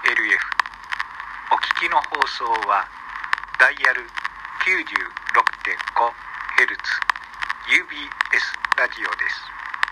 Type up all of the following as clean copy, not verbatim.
お聞きの放送はダイヤル 96.5Hz UBS ラジオです。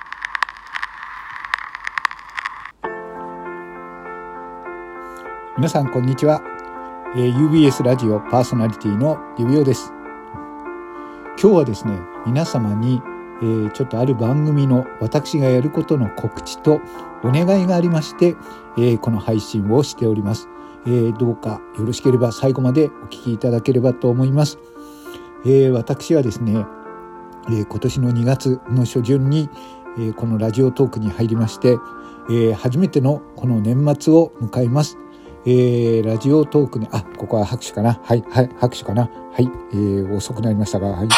皆さんこんにちは、UBS ラジオパーソナリティの指尾です。今日はですね、皆様に、ちょっとある番組の私がやることの告知とお願いがありまして、この配信をしております。どうかよろしければ最後までお聞きいただければと思います。私はですね、今年の2月の初旬に、このラジオトークに入りまして、初めてのこの年末を迎えます。ラジオトークにここは拍手かな、はい拍手かな、はい、遅くなりましたが、はい、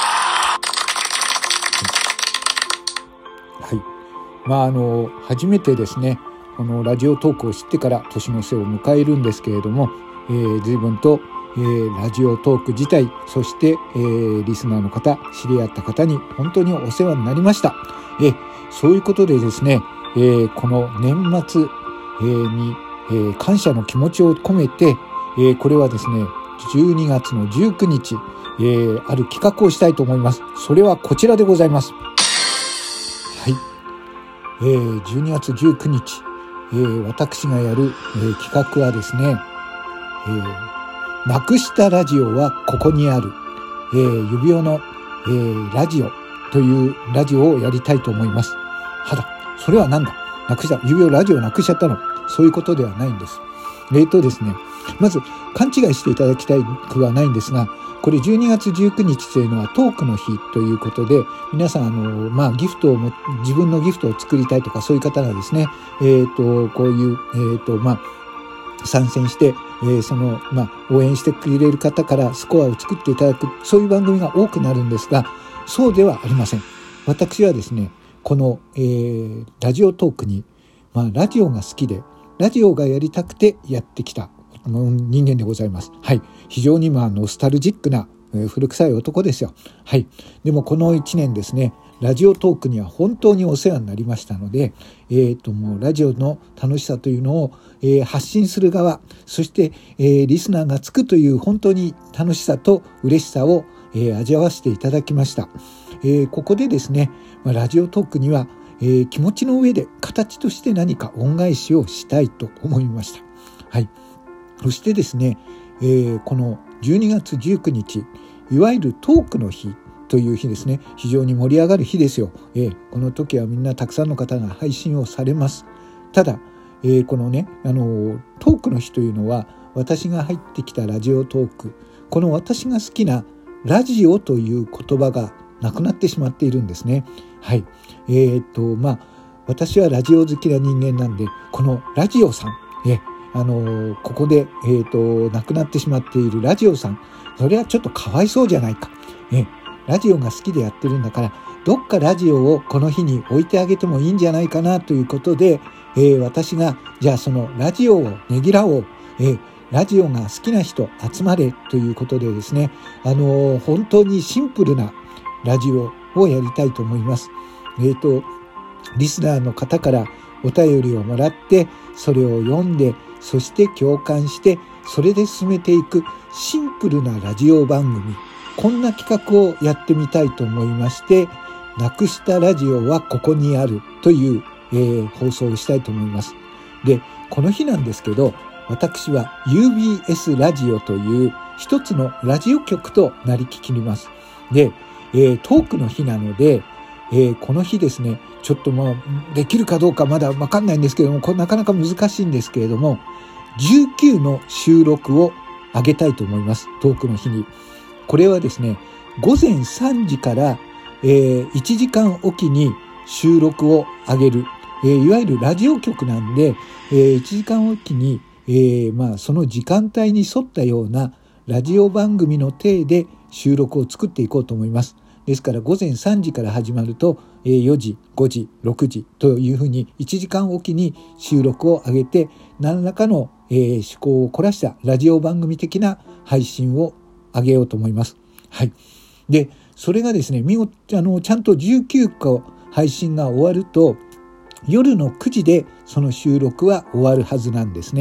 初めてですね、このラジオトークを知ってから年の瀬を迎えるんですけれども、随分と、ラジオトーク自体、そして、リスナーの方、知り合った方に本当にお世話になりました。そういうことでですね、この年末、に感謝の気持ちを込めて、これはですね、12月の19日、ある企画をしたいと思います。それはこちらでございます。はい。12月19日、私がやる、企画はですね、なくしたラジオはここにある、指輪の、ラジオというラジオをやりたいと思います。それはなんだ、指輪ラジオなくしちゃったの、そういうことではないんです。ですね、まず勘違いしていただきたくはないんですが、これ12月19日というのはトークの日ということで、皆さんギフトを自分のギフトを作りたいとか、そういう方がですね、こういう参戦して、応援してくれる方からスコアを作っていただく、そういう番組が多くなるんですが、そうではありません。私はですね、この、ラジオトークに、ラジオが好きで、ラジオがやりたくてやってきた人間でございます。はい。非常にノスタルジックな、古臭い男ですよ。はい。でもこの1年ですね、ラジオトークには本当にお世話になりましたので、もうラジオの楽しさというのを、発信する側、そして、リスナーがつくという本当に楽しさと嬉しさを、味わわせていただきました。ここでですね、ラジオトークには、気持ちの上で形として何か恩返しをしたいと思いました。はい。そしてですね、この12月19日、いわゆるトークの日という日ですね、非常に盛り上がる日ですよ。この時はみんなたくさんの方が配信をされます。ただ、このね、トークの日というのは、私が入ってきたラジオトーク、この私が好きなラジオという言葉がなくなってしまっているんですね。はい。私はラジオ好きな人間なんで、このラジオさん、ここで、亡くなってしまっているラジオさん、それはちょっとかわいそうじゃないか。ラジオが好きでやってるんだから、どっかラジオをこの日に置いてあげてもいいんじゃないかなということで、私が、じゃあそのラジオをねぎらおう、ラジオが好きな人集まれということでですね、本当にシンプルなラジオをやりたいと思います。リスナーの方からお便りをもらって、それを読んで、そして共感して、それで進めていくシンプルなラジオ番組、こんな企画をやってみたいと思いまして、なくしたラジオはここにあるという、放送をしたいと思います。で、この日なんですけど、私は UBS ラジオという一つのラジオ局となりきります。で、トークの日なので、この日ですね、ちょっとできるかどうかまだわかんないんですけれども、これなかなか難しいんですけれども、19の収録を上げたいと思います。トークの日に。これはですね、午前3時から、1時間おきに収録を上げる。いわゆるラジオ局なんで、1時間おきに、その時間帯に沿ったようなラジオ番組の体で収録を作っていこうと思います。ですから午前3時から始まると、4時、5時、6時というふうに1時間おきに収録を上げて、何らかの、趣向を凝らしたラジオ番組的な配信を上げようと思います。はい。で、それがですね、ちゃんと19個配信が終わると、夜の9時でその収録は終わるはずなんですね。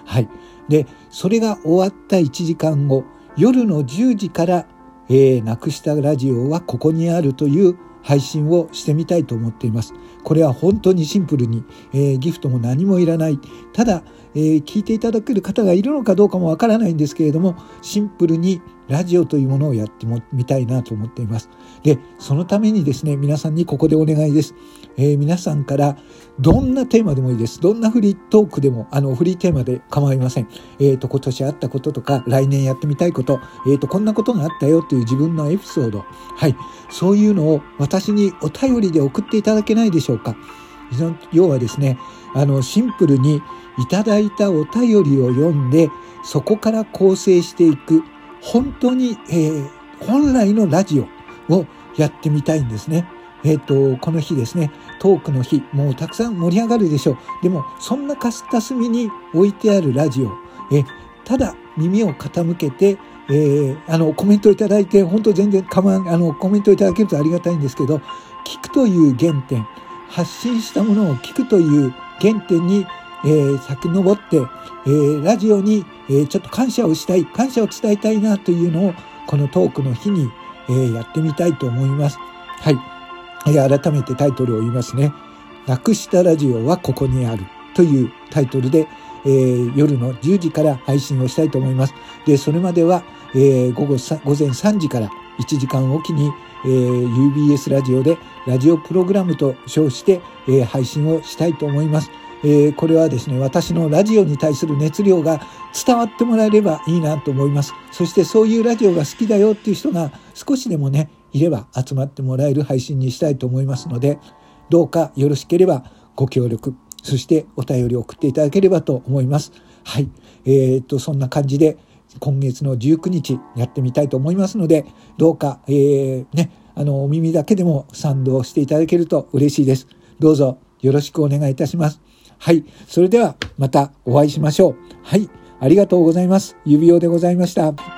はい。で、それが終わった1時間後、夜の10時から、なくしたラジオはここにあるという配信をしてみたいと思っています。これは本当にシンプルに、ギフトも何もいらない。ただ、聞いていただける方がいるのかどうかもわからないんですけれども、シンプルにラジオというものをやってみたいなと思っています。で、そのためにですね、皆さんにここでお願いです。皆さんからどんなテーマでもいいです。どんなフリートークでも、フリーテーマで構いません。今年あったこととか、来年やってみたいこと、こんなことがあったよという自分のエピソード。はい。そういうのを私にお便りで送っていただけないでしょうか。要はですね、シンプルにいただいたお便りを読んで、そこから構成していく、本当に、本来のラジオをやってみたいんですね。この日ですね、トークの日、もうたくさん盛り上がるでしょう。でも、そんな片隅に置いてあるラジオ、ただ耳を傾けて、コメントいただいて、本当全然コメントいただけるとありがたいんですけど、聞くという原点、発信したものを聞くという原点に、遡って、ラジオに、ちょっと感謝を伝えたいなというのを、このトークの日に、やってみたいと思います。はい。改めてタイトルを言いますね。なくしたラジオはここにあるというタイトルで、夜の10時から配信をしたいと思います。で、それまでは、午前3時から1時間おきに、UBS ラジオでラジオプログラムと称して、配信をしたいと思います。これはですね、私のラジオに対する熱量が伝わってもらえればいいなと思います。そしてそういうラジオが好きだよっていう人が少しでもね、いれば集まってもらえる配信にしたいと思いますので、どうかよろしければご協力、そしてお便りを送っていただければと思います。はい。そんな感じで今月の19日やってみたいと思いますので、どうか、お耳だけでも賛同していただけると嬉しいです。どうぞよろしくお願いいたします。はい。それではまたお会いしましょう。はい。ありがとうございます。指輪でございました。